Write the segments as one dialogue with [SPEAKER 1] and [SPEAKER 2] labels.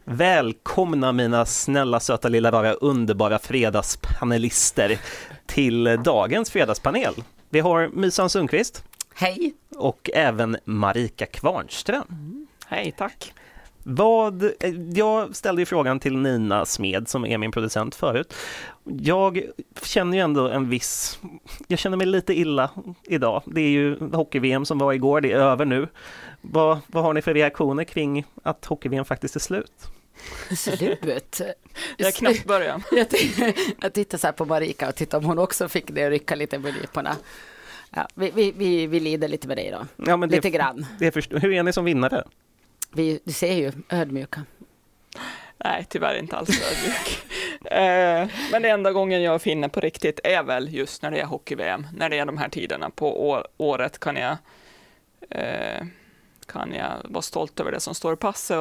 [SPEAKER 1] Välkomna mina snälla, söta, lilla, rara, underbara fredagspanelister till dagens fredagspanel. Vi har Mysan Sundqvist.
[SPEAKER 2] Hej.
[SPEAKER 1] Och även Marika Kvarnström.
[SPEAKER 3] Hej, tack.
[SPEAKER 1] Jag ställde ju frågan till Nina Smed som är min producent förut. Jag känner ju ändå jag känner mig lite illa idag. Det är ju hockey-VM som var igår, det är över nu. Vad har ni för reaktioner kring att hockey-VM faktiskt är slut?
[SPEAKER 2] Slut?
[SPEAKER 3] Jag knappt börjat.
[SPEAKER 2] Jag tittar så här på Marika och tittar om hon också fick det och rycka lite med liporna. Ja, vi lider lite med dig då. Ja, men lite grann.
[SPEAKER 1] Hur är ni som vinnare?
[SPEAKER 2] Du ser ju ödmjuka.
[SPEAKER 3] Nej, tyvärr inte alls ödmjuk. Men det enda gången jag finner på riktigt är väl just när det är hockey-VM. När det är de här tiderna på året kan jag vara stolt över det som står i passet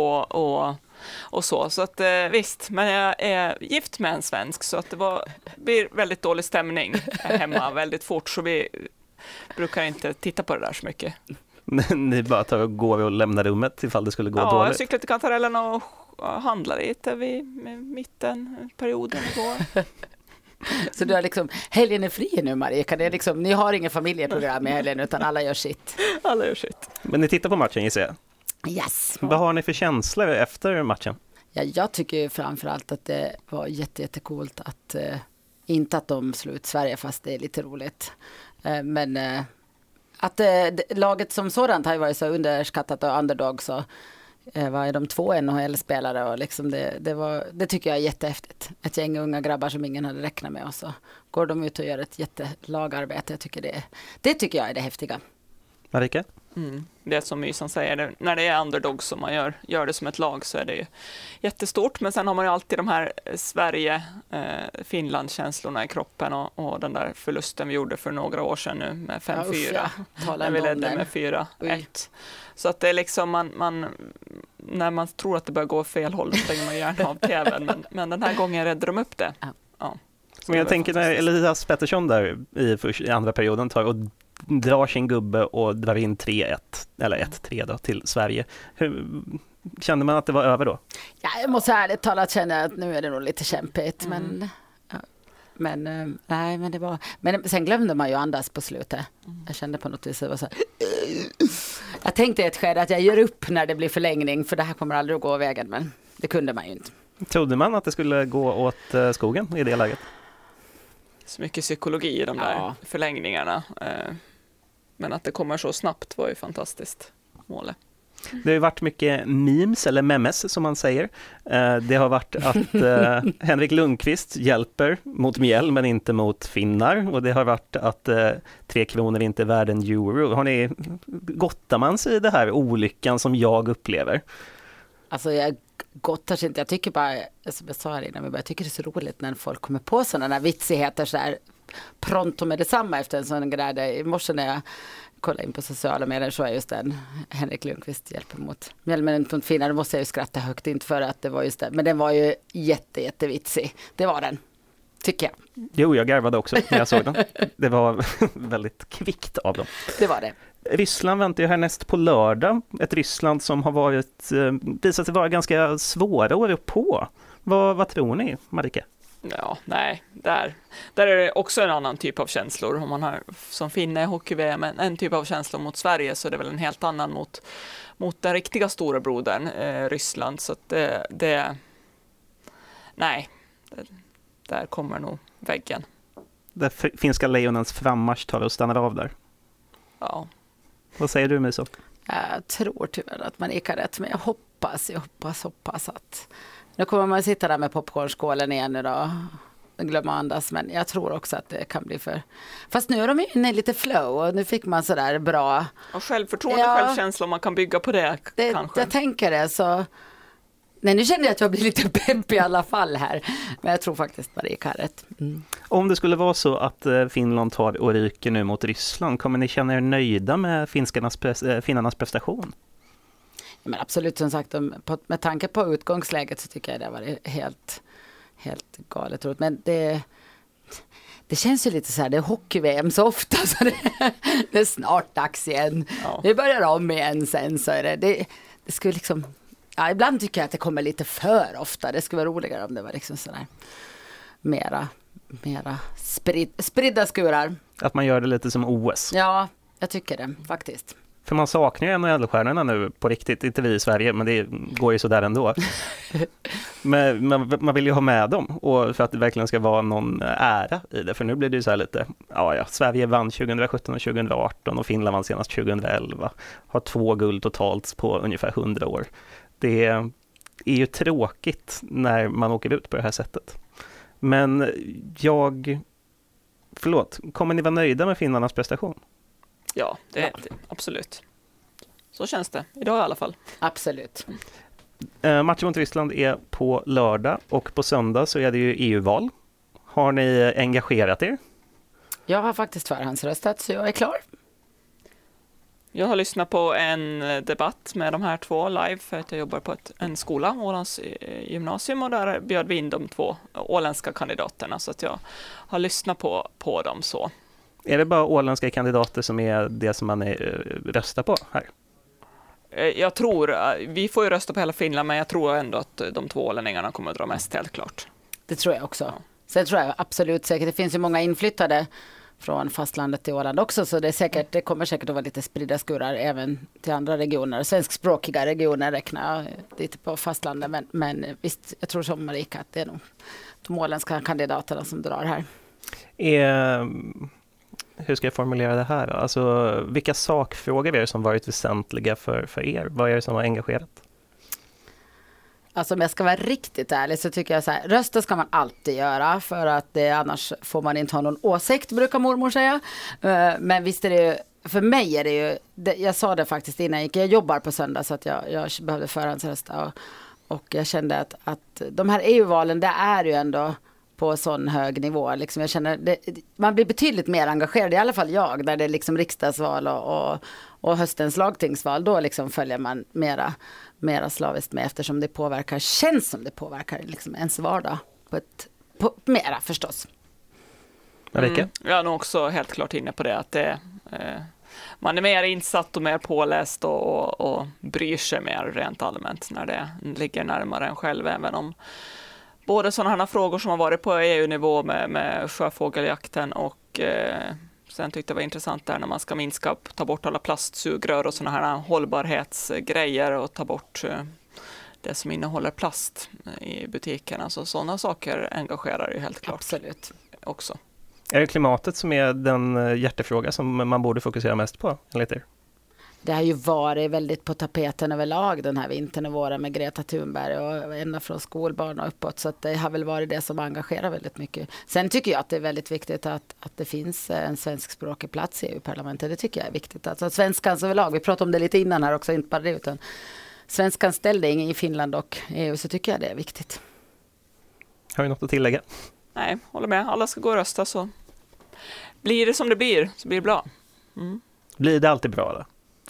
[SPEAKER 3] och så. Så att visst, men jag är gift med en svensk så att det blir väldigt dålig stämning hemma väldigt fort, så vi brukar inte titta på det där så mycket.
[SPEAKER 1] Ni bara tar och går och lämnar rummet ifall det skulle gå dåligt?
[SPEAKER 3] Ja, jag cyklade till Kantarellen och handlade lite vid mittenperioden igår.
[SPEAKER 2] Så du har liksom, helgen är fri nu, Marika. Det är liksom, ni har ingen familjeprogram i helgen utan alla gör sitt.
[SPEAKER 3] Alla gör sitt.
[SPEAKER 1] Men ni tittar på matchen, gissar jag?
[SPEAKER 2] Yes.
[SPEAKER 1] Vad har ni för känslor efter matchen?
[SPEAKER 2] Ja, jag tycker framförallt att det var jättecoolt att inte att de slog ut Sverige, fast det är lite roligt. Men att laget som sådant har ju varit så underskattat och underdog, så var är de 2 NHL-spelare och liksom det tycker jag är jättehäftigt. Ett gäng unga grabbar som ingen hade räknat med, och så går de ut och gör ett jättelagarbete. Jag tycker det tycker jag är det häftiga.
[SPEAKER 1] Marika?
[SPEAKER 3] Det som Mysan säger, när det är underdog som man gör det som ett lag, så är det ju jättestort, men sen har man ju alltid de här Sverige-Finland-känslorna i kroppen och den där förlusten vi gjorde för några år sedan nu med 5-4, när vi ledde med 4-1. Så att det är liksom när man tror att det börjar gå fel håll, stänger man gärna av tvn, men den här gången räddar de upp det. Ja.
[SPEAKER 1] Men jag tänker när Elias Pettersson där i andra perioden tar och drar sin gubbe och drar in 3-1 eller 1-3 då till Sverige. Kände man att det var över då?
[SPEAKER 2] Ja, jag måste ärligt talat känna att nu är det nog lite kämpigt, men det var, men sen glömde man ju andas på slutet. Jag kände på något vis det var så här, jag tänkte ett skede att jag gör upp när det blir förlängning, för det här kommer aldrig att gå vägen, men det kunde man ju inte.
[SPEAKER 1] Trodde man att det skulle gå åt skogen i det läget?
[SPEAKER 3] Så mycket psykologi i de där förlängningarna. Men att det kommer så snabbt var ju fantastiskt målet.
[SPEAKER 1] Det har ju varit mycket memes, eller memes som man säger. Det har varit att Henrik Lundqvist hjälper mot mjäll men inte mot finnar. Och det har varit att 3 kronor inte är värd en euro. Gottar man sig i det här olyckan som jag upplever?
[SPEAKER 2] Alltså jag gottar sig inte. Jag tycker bara, som jag sa här innan, jag tycker det är så roligt när folk kommer på sådana där vitsigheter så här pronto med detsamma efter en sån grej. I morse när jag kollade in på sociala medier så är just den Henrik Lundqvist hjälper mot mjällmen mot finnar. Då måste jag ju skratta högt, inte för att det var just det. Men den var ju jättevitsig. Det var den, tycker jag.
[SPEAKER 1] Jo, jag garvade också när jag såg den. Det var väldigt kvickt av dem.
[SPEAKER 2] Det var det.
[SPEAKER 1] Ryssland väntar ju härnäst på lördag. Ett Ryssland som har visat sig vara ganska svåra att rå på. Vad tror ni, Marika?
[SPEAKER 3] Ja, nej. Där är det också en annan typ av känslor. Om man har som finne i hockey-VM en typ av känslor mot Sverige, så är det väl en helt annan mot den riktiga stora brodern, Ryssland. Så att där kommer nog väggen.
[SPEAKER 1] Där finska lejonens frammarsch tar och stannar av där.
[SPEAKER 3] Ja.
[SPEAKER 1] Vad säger du, Myso?
[SPEAKER 2] Jag tror tyvärr att man gick rätt, men jag hoppas att nu kommer man sitta där med popcornskålen igen idag och glömma andas, men jag tror också att det kan bli fast nu är de inne i lite flow och nu fick man sådär bra
[SPEAKER 3] och självförtroende, självkänsla, om man kan bygga på det kanske.
[SPEAKER 2] Jag tänker det, så nej, nu känner jag att jag blir lite pepp i alla fall här, men jag tror faktiskt att det gick rätt.
[SPEAKER 1] Om det skulle vara så att Finland tar och ryker nu mot Ryssland, kommer ni känna er nöjda med finnarnas prestation?
[SPEAKER 2] Ja, men absolut, som sagt, med tanke på utgångsläget så tycker jag det var helt galet roligt. Men det känns ju lite så här, det är hockey-VM så ofta så det är snart dags igen. Ja. Vi börjar om igen sen, så är det skulle liksom, Ja, ibland tycker jag att det kommer lite för ofta. Det skulle vara roligare om det var liksom sådär mera spridda skurar.
[SPEAKER 1] Att man gör det lite som OS.
[SPEAKER 2] Ja, jag tycker det faktiskt.
[SPEAKER 1] För man saknar ju NHL-stjärnorna nu på riktigt, inte vi i Sverige, men det går ju så där ändå. Men man vill ju ha med dem, och för att det verkligen ska vara någon ära i det. För nu blir det ju så här lite, Sverige vann 2017 och 2018 och Finland vann senast 2011. Har 2 guld totalt på ungefär 100 år. Det är ju tråkigt när man åker ut på det här sättet. Men kommer ni vara nöjda med finnarnas prestation?
[SPEAKER 3] Ja, det absolut. Så känns det, idag i alla fall.
[SPEAKER 2] Absolut.
[SPEAKER 1] Matchen mot Ryssland är på lördag och på söndag så är det ju EU-val. Har ni engagerat er?
[SPEAKER 2] Jag har faktiskt förhandsröstat så jag är klar.
[SPEAKER 3] Jag har lyssnat på en debatt med de här 2 live för att jag jobbar på en skola, Ålands gymnasium, och där bjöd vi in de 2 åländska kandidaterna, så att jag har lyssnat på dem så.
[SPEAKER 1] Är det bara åländska kandidater som är det som man röstar på här?
[SPEAKER 3] Jag tror, vi får ju rösta på hela Finland, men jag tror ändå att de 2 ålänningarna kommer att dra mest, helt klart.
[SPEAKER 2] Det tror jag också. Ja. Sen tror jag absolut säkert, det finns ju många inflyttade från fastlandet till Åland också, så det kommer säkert att vara lite spridda skurar även till andra regioner. Svenskspråkiga regioner räknar jag lite på fastlandet, men visst, jag tror som Marika att det är nog de åländska kandidaterna som drar här.
[SPEAKER 1] Hur ska jag formulera det här? Alltså, vilka sakfrågor är det som varit väsentliga för er? Vad är det som har engagerat?
[SPEAKER 2] Alltså om jag ska vara riktigt ärlig så tycker jag så här, rösta ska man alltid göra för att annars får man inte ha någon åsikt, brukar mormor säga. Men visst är det ju, för mig är det ju, jag sa det faktiskt innan jag jobbar på söndag så att jag behövde förhandsrösta och jag kände att de här EU-valen, det är ju ändå på sån hög nivå. Liksom jag känner, man blir betydligt mer engagerad, i alla fall jag, när det är liksom riksdagsval och höstens lagtingsval, då liksom följer man mera slaviskt med, eftersom det känns som det påverkar liksom ens vardag på mera förstås.
[SPEAKER 1] Marika?
[SPEAKER 3] Jag är nog också helt klart inne på det, att man är mer insatt och mer påläst och bryr sig mer rent allmänt när det ligger närmare en själv, även om både sådana här frågor som har varit på EU-nivå med sjöfågeljakten och sen tyckte jag det var intressant där när man ska ta bort alla plastsugrör och sådana här hållbarhetsgrejer och ta bort det som innehåller plast i butikerna. Så sådana saker engagerar ju helt klart.
[SPEAKER 2] Absolut.
[SPEAKER 3] Också.
[SPEAKER 1] Är det klimatet som är den hjärtefråga som man borde fokusera mest på, enligt er?
[SPEAKER 2] Det har ju varit väldigt på tapeten överlag den här vintern och våren med Greta Thunberg och ända från skolbarn och uppåt, så att det har väl varit det som engagerar väldigt mycket. Sen tycker jag att det är väldigt viktigt att det finns en svenskspråkig plats i EU-parlamentet. Det tycker jag är viktigt. Alltså svenskans överlag, vi pratade om det lite innan här också, inte bara det, utan svenskans ställning i Finland och EU, så tycker jag det är viktigt.
[SPEAKER 1] Har du något att tillägga?
[SPEAKER 3] Nej, håller med. Alla ska gå och rösta, så blir det som det blir, så blir det bra. Mm.
[SPEAKER 1] Blir det alltid bra då?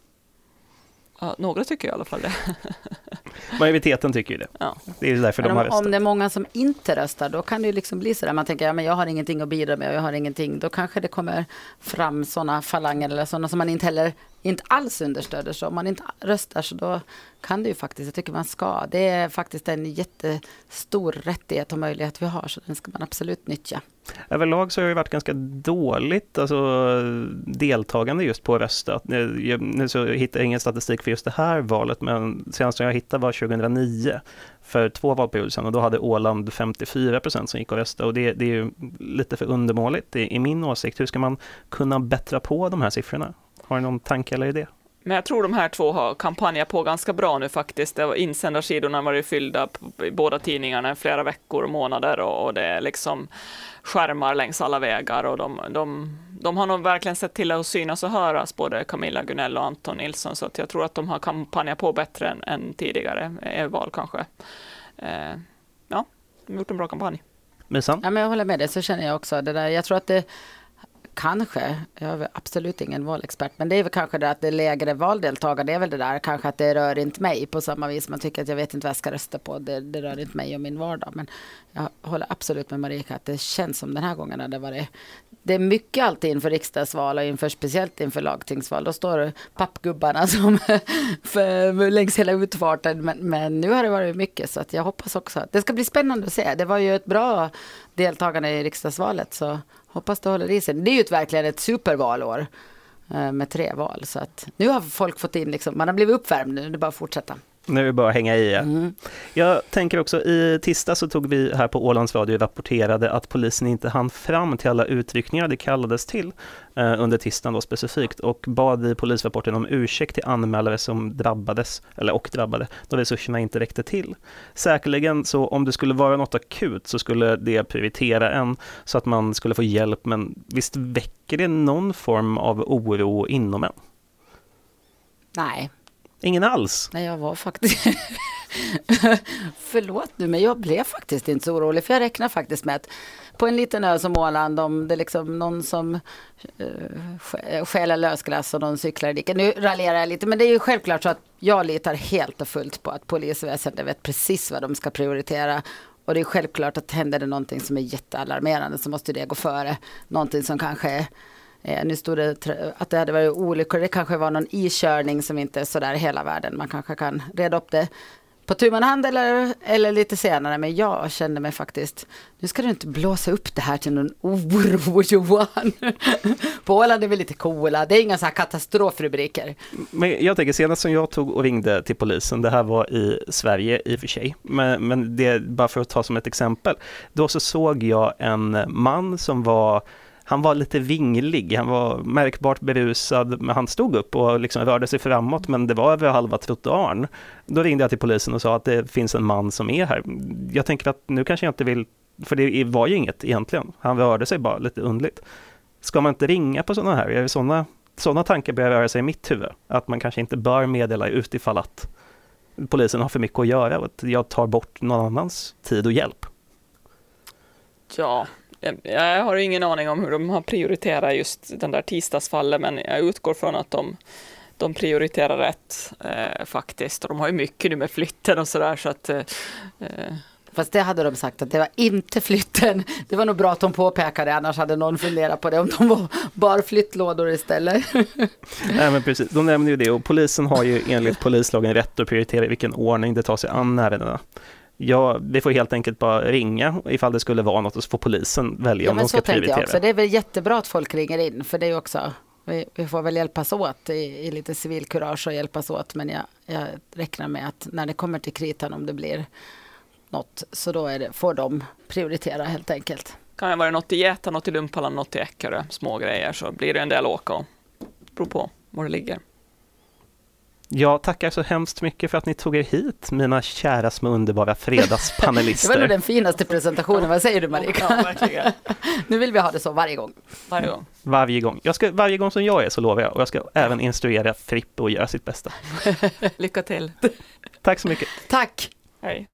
[SPEAKER 3] Ja, några tycker i alla fall det.
[SPEAKER 1] Majoriteten tycker ju det. Ja. Det är därför de har röstat.
[SPEAKER 2] Om det är många som inte röstar, då kan det ju liksom bli så där. Man tänker, men jag har ingenting att bidra med och jag har ingenting. Då kanske det kommer fram sådana falanger eller sådana som man inte alls understöder. Så om man inte röstar, så då kan det ju faktiskt, jag tycker man ska. Det är faktiskt en jättestor rättighet och möjlighet vi har, så den ska man absolut nyttja. Överlag
[SPEAKER 1] så har det varit ganska dåligt deltagande just på röstat. Nu så hittar jag ingen statistik för just det här valet, men senast jag hittade var 2009 för 2 valperioder sedan, och då hade Åland 54% som gick och röstade, och det är ju lite för undermåligt i min åsikt. Hur ska man kunna bättra på de här siffrorna? Har du någon tanke eller idé?
[SPEAKER 3] Men jag tror de här 2 har kampanjat på ganska bra nu faktiskt. Insändarsidorna var ju fyllda i båda tidningarna i flera veckor och månader, och det är liksom skärmar längs alla vägar, och de har nog verkligen sett till att synas och höras, både Camilla Gunell och Anton Nilsson, så att jag tror att de har kampanjat på bättre än tidigare EU-val kanske. De har gjort en bra kampanj.
[SPEAKER 1] Misan?
[SPEAKER 2] Ja, men jag håller med dig, så känner jag också. Det där, jag tror att det kanske, jag är absolut ingen valexpert, men det är väl kanske det att det är lägre valdeltagande, det är väl det där, kanske att det rör inte mig på samma vis. Man tycker att jag vet inte vad jag ska rösta på, det rör inte mig och min vardag. Men jag håller absolut med Marika att det känns som den här gången det är mycket alltid inför riksdagsval och speciellt inför lagtingsval. Då står pappgubbarna som längs hela utfarten. Men nu har det varit mycket, så att jag hoppas också att det ska bli spännande att se. Det var ju ett bra deltagande i riksdagsvalet, så hoppas det håller i sig. Det är ju verkligen ett supervalår med 3 val. Så att nu har folk fått in, man har blivit uppvärmd nu, det är bara att fortsätta.
[SPEAKER 1] Nu är det bara att hänga i. Jag tänker också, i tisdag så tog vi här på Ålands Radio rapporterade att polisen inte hann fram till alla utryckningar det kallades till under tisdagen då specifikt, och bad i polisrapporten om ursäkt till anmälare som drabbade då resurserna inte räckte till. Säkerligen så om det skulle vara något akut så skulle det prioritera en så att man skulle få hjälp, men visst väcker det någon form av oro inom en?
[SPEAKER 2] Nej.
[SPEAKER 1] Ingen alls?
[SPEAKER 2] Nej, jag var faktiskt... Förlåt nu, men jag blev faktiskt inte så orolig. För jag räknar faktiskt med att på en liten ö som Åland, om det är någon som stjäler lösglass och någon cyklar i diket. Nu raljerar jag lite, men det är ju självklart så att jag litar helt och fullt på att polisväsendet vet precis vad de ska prioritera. Och det är självklart att händer det någonting som är jättealarmerande så måste det gå före någonting som kanske nu stod det att det hade varit olyckor. Det kanske var någon ikörning som inte är så där hela världen. Man kanske kan reda upp det på tu man hand eller lite senare. Men jag kände mig faktiskt, nu ska du inte blåsa upp det här till någon oro, Johan. På Åland är vi lite coola. Det är inga så här katastrofrubriker.
[SPEAKER 1] Men jag tänker, senast som jag tog och ringde till polisen, det här var i Sverige i och för sig, men det är bara för att ta som ett exempel. Då så såg jag en man som han var lite vinglig, han var märkbart berusad, men han stod upp och rörde sig framåt, men det var över halva trottoaren. Då ringde jag till polisen och sa att det finns en man som är här. Jag tänker att nu kanske jag inte vill, för det var ju inget egentligen. Han rörde sig bara lite underligt. Ska man inte ringa på sådana här? Är det sådana tankar börjar röra sig i mitt huvud? Att man kanske inte bör meddela utifall att polisen har för mycket att göra och att jag tar bort någon annans tid och hjälp.
[SPEAKER 3] Ja, jag har ingen aning om hur de har prioriterat just den där tisdagsfallet, men jag utgår från att de prioriterar rätt faktiskt. Och de har ju mycket nu med flytten och sådär, så att...
[SPEAKER 2] Fast det hade de sagt att det var inte flytten. Det var nog bra att de påpekade, annars hade någon funderat på det om de var bara flyttlådor istället.
[SPEAKER 1] Nej, men precis. De nämner ju det, och polisen har ju enligt polislagen rätt att prioritera i vilken ordning det tar sig an ärendena. Ja, vi får helt enkelt bara ringa ifall det skulle vara något, och så får polisen välja om de ska prioritera. Jag också.
[SPEAKER 2] Det är väl jättebra att folk ringer in, för det är ju också, vi får väl hjälpas åt i lite civilkurage och hjälpas åt, men jag räknar med att när det kommer till kritan, om det blir något, så då får de prioritera helt enkelt.
[SPEAKER 3] Kan det vara något i Gäta, något i Lumpala, något i Eckerö, små grejer, så blir det en del åka och beror på var det ligger.
[SPEAKER 1] Jag tackar så hemskt mycket för att ni tog er hit, mina kära små underbara fredagspanelister.
[SPEAKER 2] Det var nog den finaste presentationen. Vad säger du, Marika?
[SPEAKER 3] Ja, verkligen.
[SPEAKER 2] Nu vill vi ha det så varje gång.
[SPEAKER 1] Varje gång. Varje gång som jag är så lovar jag. Och jag ska även instruera Frippe att göra sitt bästa.
[SPEAKER 3] Lycka till.
[SPEAKER 1] Tack så mycket.
[SPEAKER 2] Tack.
[SPEAKER 3] Hej.